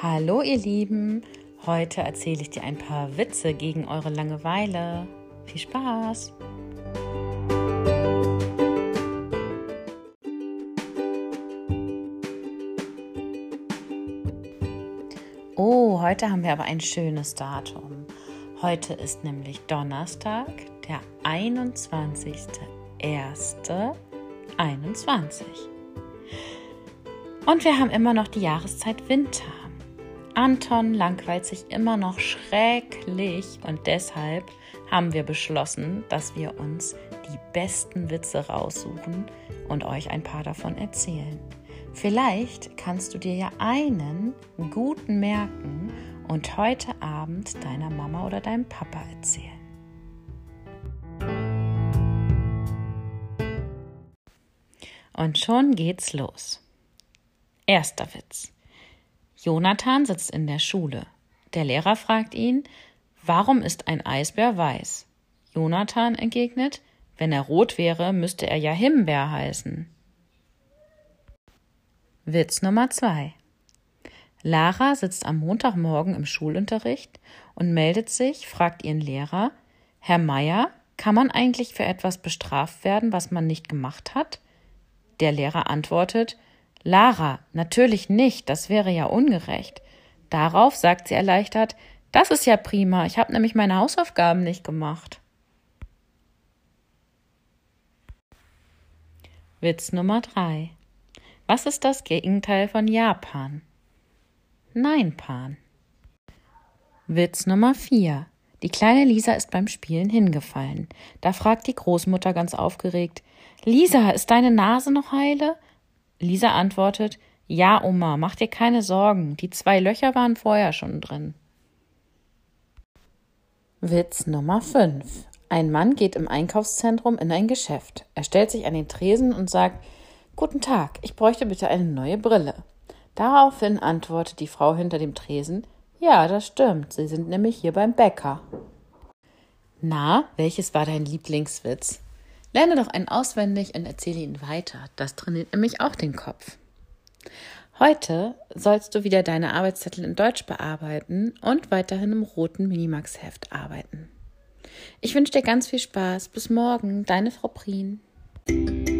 Hallo ihr Lieben, heute erzähle ich dir ein paar Witze gegen eure Langeweile. Viel Spaß! Oh, heute haben wir aber ein schönes Datum. Heute ist nämlich Donnerstag, der 21.01.21. Und wir haben immer noch die Jahreszeit Winter. Anton langweilt sich immer noch schrecklich und deshalb haben wir beschlossen, dass wir uns die besten Witze raussuchen und euch ein paar davon erzählen. Vielleicht kannst du dir ja einen guten merken und heute Abend deiner Mama oder deinem Papa erzählen. Und schon geht's los. Erster Witz. Jonathan sitzt in der Schule. Der Lehrer fragt ihn, warum ist ein Eisbär weiß? Jonathan entgegnet, wenn er rot wäre, müsste er ja Himbeer heißen. Witz Nummer 2. Lara sitzt am Montagmorgen im Schulunterricht und meldet sich, fragt ihren Lehrer, Herr Meier, kann man eigentlich für etwas bestraft werden, was man nicht gemacht hat? Der Lehrer antwortet, Lara, natürlich nicht, das wäre ja ungerecht. Darauf sagt sie erleichtert, das ist ja prima, ich habe nämlich meine Hausaufgaben nicht gemacht. Witz Nummer 3. Was ist das Gegenteil von Japan? Nein-Pan. Witz Nummer 4. Die kleine Lisa ist beim Spielen hingefallen. Da fragt die Großmutter ganz aufgeregt, Lisa, ist deine Nase noch heile? Lisa antwortet, ja, Oma, mach dir keine Sorgen, die 2 Löcher waren vorher schon drin. Witz Nummer 5. Ein Mann geht im Einkaufszentrum in ein Geschäft. Er stellt sich an den Tresen und sagt, Guten Tag, ich bräuchte bitte eine neue Brille. Daraufhin antwortet die Frau hinter dem Tresen, ja, das stimmt, Sie sind nämlich hier beim Bäcker. Na, welches war dein Lieblingswitz? Lerne doch einen auswendig und erzähle ihn weiter. Das trainiert nämlich auch den Kopf. Heute sollst du wieder deine Arbeitszettel in Deutsch bearbeiten und weiterhin im roten Minimax-Heft arbeiten. Ich wünsche dir ganz viel Spaß. Bis morgen, deine Frau Prien.